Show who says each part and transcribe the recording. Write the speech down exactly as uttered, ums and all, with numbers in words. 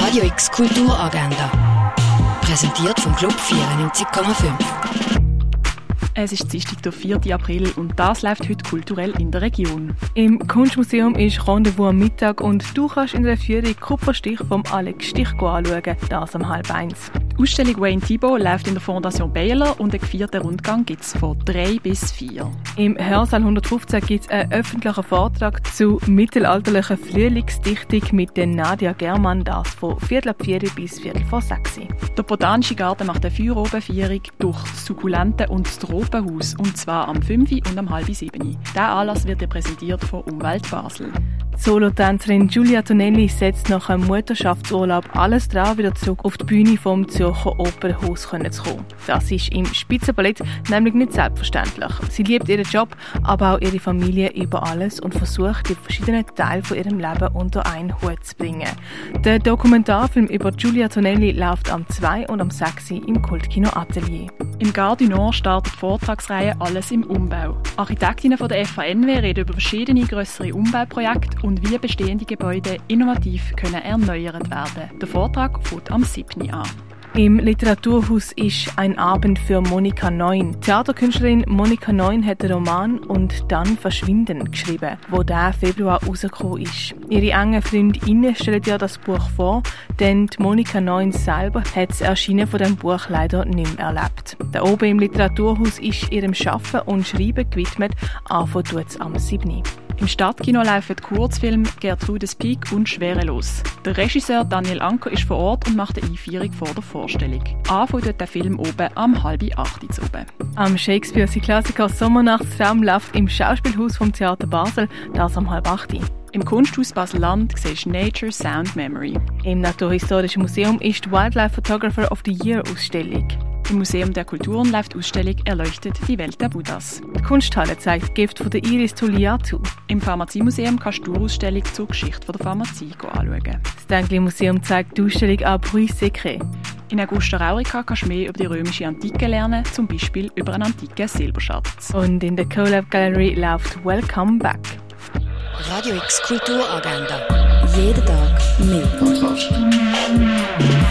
Speaker 1: Radio X Kulturagenda. Präsentiert vom Club vierundneunzig Komma fünf.
Speaker 2: Es ist Dienstag, der vierten April und das läuft heute kulturell in der Region.
Speaker 3: Im Kunstmuseum ist Rendezvous am Mittag und du kannst in der Führung Kupferstich vom Alex Stich anschauen, das um halb eins.
Speaker 2: Die Ausstellung Wayne Thibault läuft in der Fondation Baylor und den vierten Rundgang gibt es von drei bis vier.
Speaker 3: Im Hörsaal hundertfünfzehn gibt es einen öffentlichen Vortrag zur mittelalterlichen Frühlingsdichtung mit der Nadia Germann, das von Viertel ab vier bis Viertel vor sechs.
Speaker 2: Der Botanische Garten macht eine Feuerobenführung durch Sukkulenten und das Tropenhaus, und zwar am fünf und am halb sieben. Dieser Anlass wird präsentiert von Umwelt Basel.
Speaker 3: Die Solotänzerin Giulia Tonelli setzt nach einem Mutterschaftsurlaub alles dran, wieder zurück auf die Bühne vom Zürcher Opernhaus zu kommen. Das ist im Spitzenballett nämlich nicht selbstverständlich. Sie liebt ihren Job, aber auch ihre Familie über alles und versucht, die verschiedenen Teile von ihrem Leben unter einen Hut zu bringen. Der Dokumentarfilm über Giulia Tonelli läuft am zwei und am sechs im Kultkino Atelier.
Speaker 2: Im Gare du Nord startet die Vortragsreihe «Alles im Umbau». Architektinnen von der F H N W reden über verschiedene grössere Umbauprojekte und wie bestehende Gebäude innovativ können erneuert werden. Der Vortrag fängt am siebten an.
Speaker 3: Im Literaturhaus ist ein Abend für Monika Neun. Die Theaterkünstlerin Monika Neun hat den Roman «Und dann verschwinden» geschrieben, wo der Februar rausgekommen ist. Ihre engen Freundinnen stellen ihr das Buch vor, denn die Monika Neun selber hat das Erscheinen von dem Buch leider nicht mehr erlebt. Da oben im Literaturhaus ist ihrem Schaffen und Schreiben gewidmet, anfangen tut's am siebten.
Speaker 2: Im Stadtkino laufen die Kurzfilme «Gertrudes Pik» und «Schwerelos». Der Regisseur Daniel Anker ist vor Ort und macht eine Einführung vor der Vorstellung. Anfangen tut der Film oben am halb acht oben.
Speaker 3: Am Shakespeare sein Klassiker «Sommernachtstraum» läuft im Schauspielhaus vom Theater Basel, das am halb acht.
Speaker 2: Im Kunsthaus Basel-Land siehst du «Nature Sound Memory».
Speaker 3: Im Naturhistorischen Museum ist die Wildlife Photographer of the Year Ausstellung.
Speaker 2: Im Museum der Kulturen läuft die Ausstellung «Erleuchtet die Welt der Buddhas».
Speaker 3: Die Kunsthalle zeigt Gift von der Iris Tulliatu.
Speaker 2: Im Pharmaziemuseum kannst du die Ausstellung zur Geschichte der Pharmazie anschauen.
Speaker 3: Das Denkli-Museum zeigt die Ausstellung «A Bruit Secret».
Speaker 2: In Augusta Raurica kannst du mehr über die römische Antike lernen, zum Beispiel über einen antiken Silberschatz.
Speaker 3: Und in der CoLab Gallery läuft «Welcome Back».
Speaker 1: Radio X Kulturagenda. Jeden Tag mehr.